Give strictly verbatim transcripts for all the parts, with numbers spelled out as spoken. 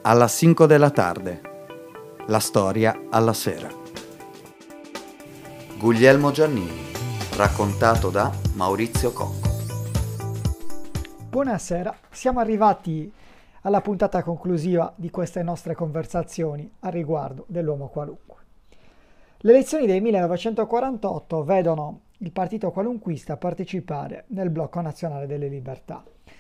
Alla cinque della tarde. La storia alla sera. Guglielmo Giannini, raccontato da Maurizio Cocco. Buonasera, siamo arrivati alla puntata conclusiva di queste nostre conversazioni a riguardo dell'uomo qualunque. Le elezioni del millenovecentoquarantotto vedono il partito qualunquista partecipare nel Blocco Nazionale delle Libertà.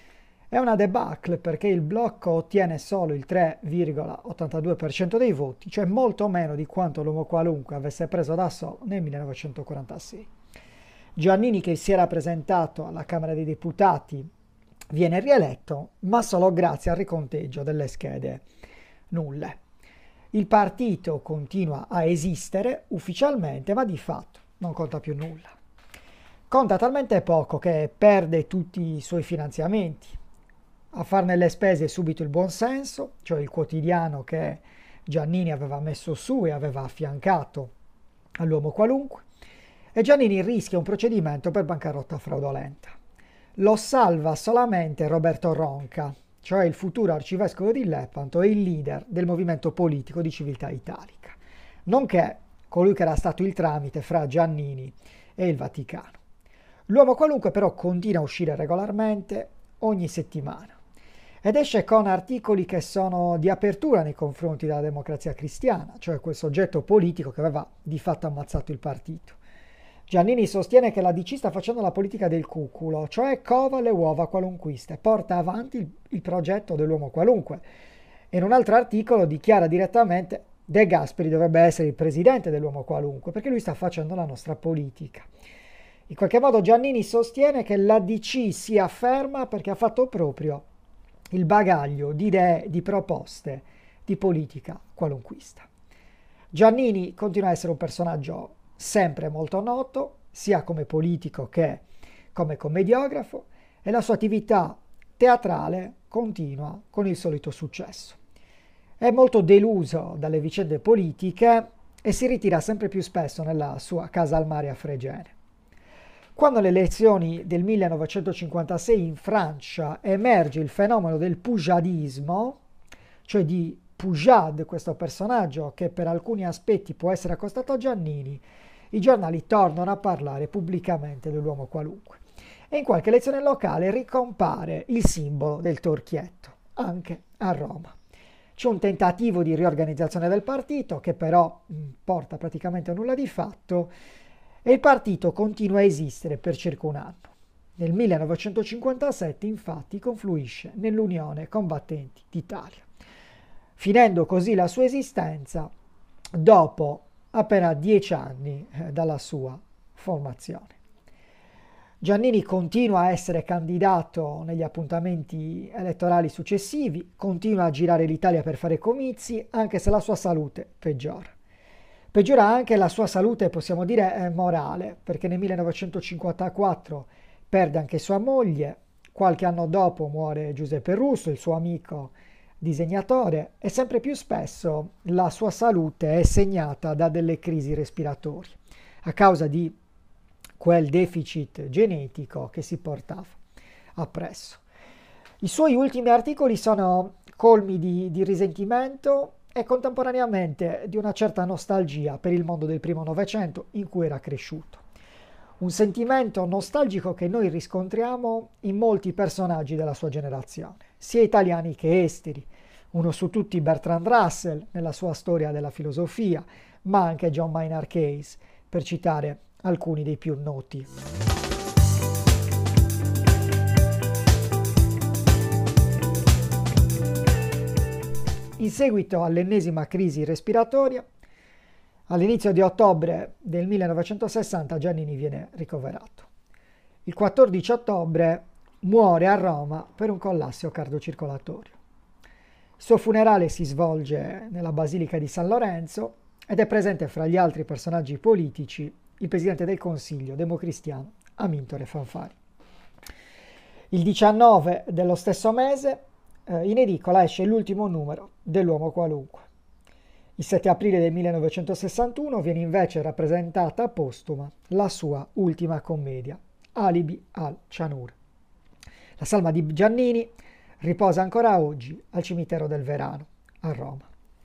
È una debacle perché il blocco ottiene solo il tre virgola ottantadue per cento dei voti, cioè molto meno di quanto l'uomo qualunque avesse preso da solo nel millenovecentoquarantasei. Giannini, che si era presentato alla Camera dei Deputati, viene rieletto, ma solo grazie al riconteggio delle schede nulle. Il partito continua a esistere ufficialmente, ma di fatto non conta più nulla. Conta talmente poco che perde tutti i suoi finanziamenti. A farne le spese subito il Buonsenso, cioè il quotidiano che Giannini aveva messo su e aveva affiancato all'uomo qualunque, e Giannini rischia un procedimento per bancarotta fraudolenta. Lo salva solamente Roberto Ronca, cioè il futuro arcivescovo di Lepanto e il leader del movimento politico di Civiltà Italica, nonché colui che era stato il tramite fra Giannini e il Vaticano. L'uomo qualunque però continua a uscire regolarmente ogni settimana ed esce con articoli che sono di apertura nei confronti della Democrazia Cristiana, cioè quel soggetto politico che aveva di fatto ammazzato il partito. Giannini sostiene che la D C sta facendo la politica del cuculo, cioè cova le uova qualunquiste, porta avanti il, il progetto dell'uomo qualunque. E in un altro articolo dichiara direttamente De Gasperi dovrebbe essere il presidente dell'uomo qualunque, perché lui sta facendo la nostra politica. In qualche modo Giannini sostiene che la D C si afferma perché ha fatto proprio il bagaglio di idee, di proposte, di politica qualunquista. Giannini continua a essere un personaggio sempre molto noto, sia come politico che come commediografo, e la sua attività teatrale continua con il solito successo. È molto deluso dalle vicende politiche e si ritira sempre più spesso nella sua casa al mare a Fregene. Quando alle elezioni del millenovecentocinquantasei in Francia emerge il fenomeno del pujadismo, cioè di Pujad, questo personaggio che per alcuni aspetti può essere accostato a Giannini, i giornali tornano a parlare pubblicamente dell'uomo qualunque. E in qualche elezione locale ricompare il simbolo del torchietto, anche a Roma. C'è un tentativo di riorganizzazione del partito che però mh, porta praticamente a nulla di fatto, e il partito continua a esistere per circa un anno. Nel millenovecentocinquantasette infatti confluisce nell'Unione Combattenti d'Italia, finendo così la sua esistenza dopo appena dieci anni eh, dalla sua formazione. Giannini continua a essere candidato negli appuntamenti elettorali successivi, continua a girare l'Italia per fare comizi, anche se la sua salute peggiora. Peggiora anche la sua salute, possiamo dire, eh, morale, perché nel millenovecentocinquantaquattro perde anche sua moglie, qualche anno dopo muore Giuseppe Russo, il suo amico disegnatore, e sempre più spesso la sua salute è segnata da delle crisi respiratorie, a causa di quel deficit genetico che si portava appresso. I suoi ultimi articoli sono colmi di, di risentimento e contemporaneamente di una certa nostalgia per il mondo del primo Novecento in cui era cresciuto. Un sentimento nostalgico che noi riscontriamo in molti personaggi della sua generazione, sia italiani che esteri. Uno su tutti Bertrand Russell nella sua storia della filosofia, ma anche John Maynard Keynes, per citare alcuni dei più noti. In seguito all'ennesima crisi respiratoria, all'inizio di ottobre del millenovecentosessanta Giannini viene ricoverato. Il quattordici ottobre muore a Roma per un collasso cardiocircolatorio. Il suo funerale si svolge nella Basilica di San Lorenzo ed è presente fra gli altri personaggi politici il Presidente del Consiglio democristiano Amintore Fanfani. Il diciannove dello stesso mese eh, in edicola esce l'ultimo numero dell'uomo qualunque. Il sette aprile del millenovecentosessantuno viene invece rappresentata postuma la sua ultima commedia, Alibi al Cianuro. La salma di Giannini riposa ancora oggi al cimitero del Verano, a Roma.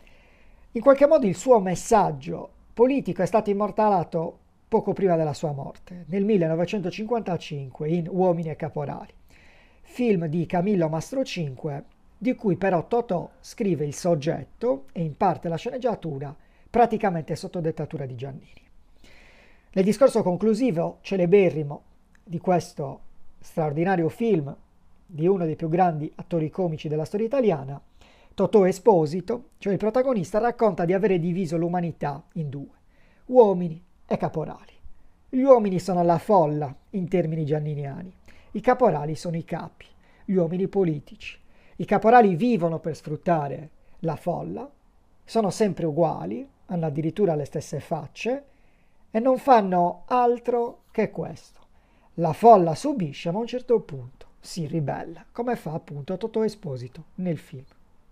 In qualche modo il suo messaggio politico è stato immortalato poco prima della sua morte, nel millenovecentocinquantacinque in Uomini e Caporali, film di Camillo Mastrocinque, di cui però Totò scrive il soggetto e in parte la sceneggiatura praticamente sotto dettatura di Giannini. Nel discorso conclusivo celeberrimo di questo straordinario film di uno dei più grandi attori comici della storia italiana, Totò Esposito, cioè il protagonista, racconta di avere diviso l'umanità in due, uomini e caporali. Gli uomini sono la folla in termini gianniniani, i caporali sono i capi, gli uomini politici. I caporali vivono per sfruttare la folla, sono sempre uguali, hanno addirittura le stesse facce e non fanno altro che questo. La folla subisce, ma a un certo punto si ribella, come fa appunto Totò Esposito nel film.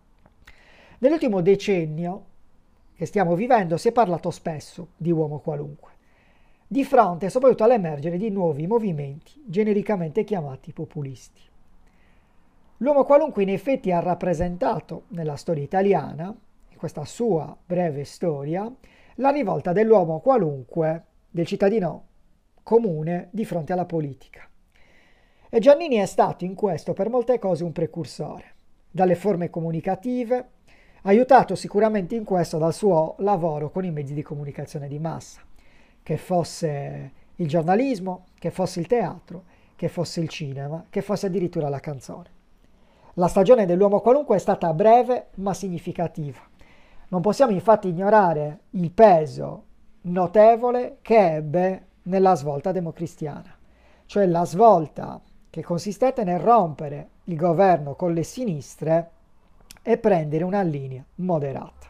Nell'ultimo decennio che stiamo vivendo si è parlato spesso di uomo qualunque, di fronte soprattutto all'emergere di nuovi movimenti genericamente chiamati populisti. L'uomo qualunque in effetti ha rappresentato nella storia italiana, in questa sua breve storia, la rivolta dell'uomo qualunque, del cittadino comune di fronte alla politica. E Giannini è stato in questo per molte cose un precursore, dalle forme comunicative, aiutato sicuramente in questo dal suo lavoro con i mezzi di comunicazione di massa, che fosse il giornalismo, che fosse il teatro, che fosse il cinema, che fosse addirittura la canzone. La stagione dell'uomo qualunque è stata breve ma significativa. Non possiamo infatti ignorare il peso notevole che ebbe nella svolta democristiana, cioè la svolta che consistette nel rompere il governo con le sinistre e prendere una linea moderata.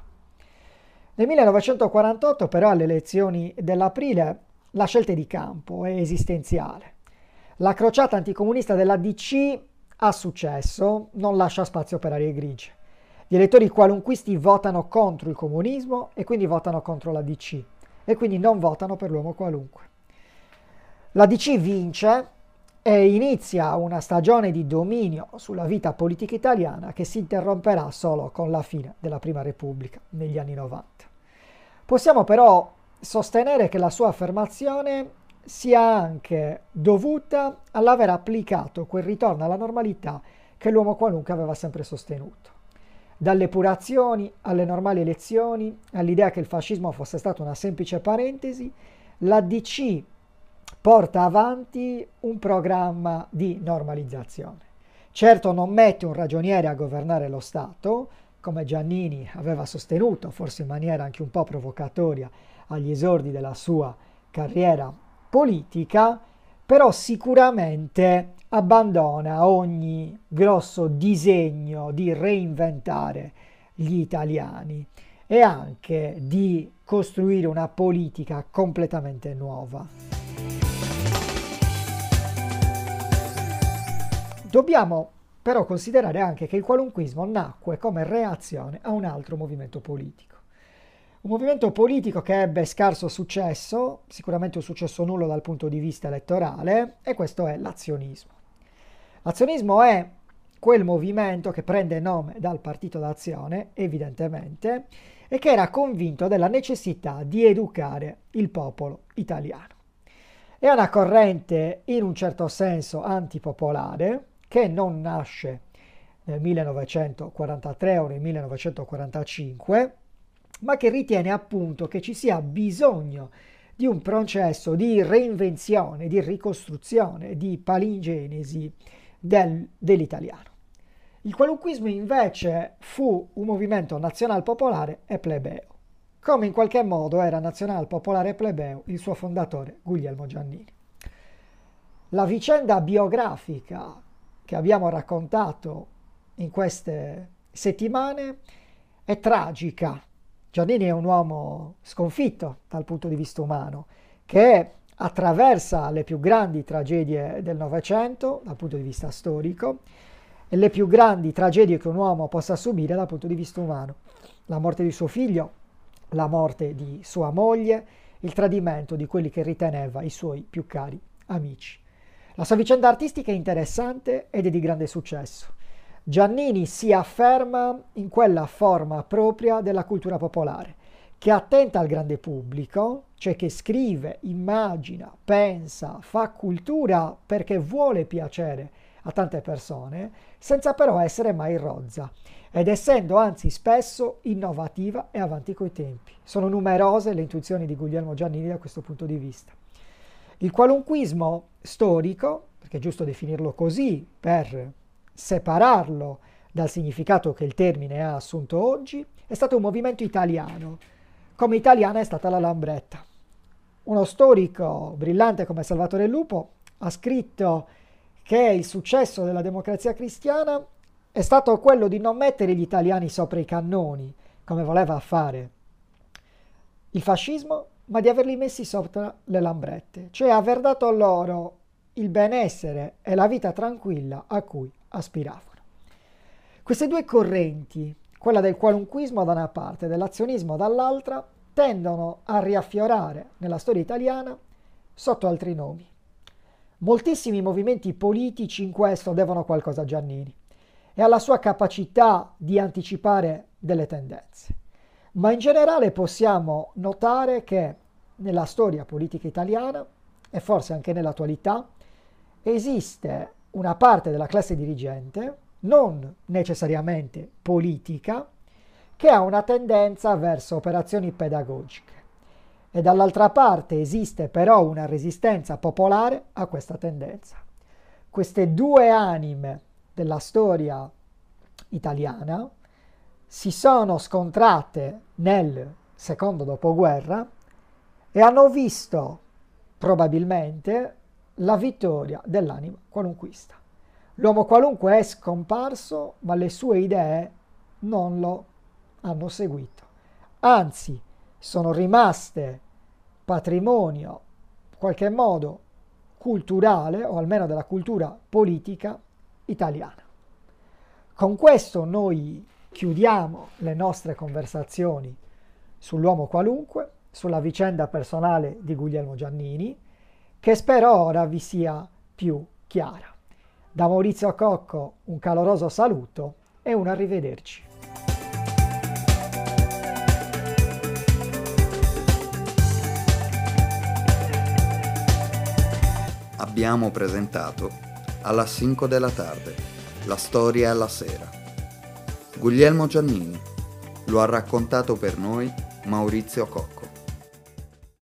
Nel millenovecentoquarantotto però alle elezioni dell'aprile la scelta di campo è esistenziale. La crociata anticomunista della D C ha successo, non lascia spazio per aree grigie. Gli elettori qualunquisti votano contro il comunismo e quindi votano contro la D C e quindi non votano per l'uomo qualunque. La D C vince e inizia una stagione di dominio sulla vita politica italiana che si interromperà solo con la fine della Prima Repubblica negli anni novanta. Possiamo però sostenere che la sua affermazione sia anche dovuta all'aver applicato quel ritorno alla normalità che l'uomo qualunque aveva sempre sostenuto. Dalle epurazioni alle normali elezioni, all'idea che il fascismo fosse stata una semplice parentesi, la D C porta avanti un programma di normalizzazione. Certo non mette un ragioniere a governare lo Stato, come Giannini aveva sostenuto, forse in maniera anche un po' provocatoria agli esordi della sua carriera politica, però sicuramente abbandona ogni grosso disegno di reinventare gli italiani e anche di costruire una politica completamente nuova. Dobbiamo però considerare anche che il qualunquismo nacque come reazione a un altro movimento politico. Un movimento politico che ebbe scarso successo, sicuramente un successo nullo dal punto di vista elettorale, e questo è l'azionismo. L'azionismo è quel movimento che prende nome dal Partito d'Azione, evidentemente, e che era convinto della necessità di educare il popolo italiano. È una corrente in un certo senso antipopolare, che non nasce nel millenovecentoquarantatré o nel millenovecentoquarantacinque, ma che ritiene appunto che ci sia bisogno di un processo di reinvenzione, di ricostruzione, di palingenesi del, dell'italiano. Il qualunquismo invece fu un movimento nazional-popolare e plebeo, come in qualche modo era nazional-popolare e plebeo il suo fondatore Guglielmo Giannini. La vicenda biografica che abbiamo raccontato in queste settimane è tragica. Giannini è un uomo sconfitto dal punto di vista umano, che attraversa le più grandi tragedie del Novecento dal punto di vista storico e le più grandi tragedie che un uomo possa subire dal punto di vista umano. La morte di suo figlio, la morte di sua moglie, il tradimento di quelli che riteneva i suoi più cari amici. La sua vicenda artistica è interessante ed è di grande successo. Giannini si afferma in quella forma propria della cultura popolare, che è attenta al grande pubblico, cioè che scrive, immagina, pensa, fa cultura perché vuole piacere a tante persone, senza però essere mai rozza, ed essendo anzi spesso innovativa e avanti coi tempi. Sono numerose le intuizioni di Guglielmo Giannini da questo punto di vista. Il qualunquismo storico, perché è giusto definirlo così per separarlo dal significato che il termine ha assunto oggi, è stato un movimento italiano, come italiana è stata la Lambretta. Uno storico brillante come Salvatore Lupo ha scritto che il successo della Democrazia Cristiana è stato quello di non mettere gli italiani sopra i cannoni, come voleva fare il fascismo, ma di averli messi sopra le Lambrette, cioè aver dato loro il benessere e la vita tranquilla a cui aspiravano. Queste due correnti, quella del qualunquismo da una parte e dell'azionismo dall'altra, tendono a riaffiorare nella storia italiana sotto altri nomi. Moltissimi movimenti politici in questo devono qualcosa a Giannini e alla sua capacità di anticipare delle tendenze. Ma in generale possiamo notare che nella storia politica italiana, e forse anche nell'attualità, esiste una parte della classe dirigente, non necessariamente politica, che ha una tendenza verso operazioni pedagogiche. E dall'altra parte esiste però una resistenza popolare a questa tendenza. Queste due anime della storia italiana si sono scontrate nel secondo dopoguerra e hanno visto probabilmente la vittoria dell'anima qualunquista. L'uomo qualunque è scomparso, ma le sue idee non lo hanno seguito. Anzi, sono rimaste patrimonio, in qualche modo, culturale, o almeno della cultura politica italiana. Con questo noi chiudiamo le nostre conversazioni sull'uomo qualunque, sulla vicenda personale di Guglielmo Giannini, che spero ora vi sia più chiara. Da Maurizio Cocco un caloroso saluto e un arrivederci. Abbiamo presentato Alla cinque della tarde, la storia alla sera. Guglielmo Giannini lo ha raccontato per noi Maurizio Cocco.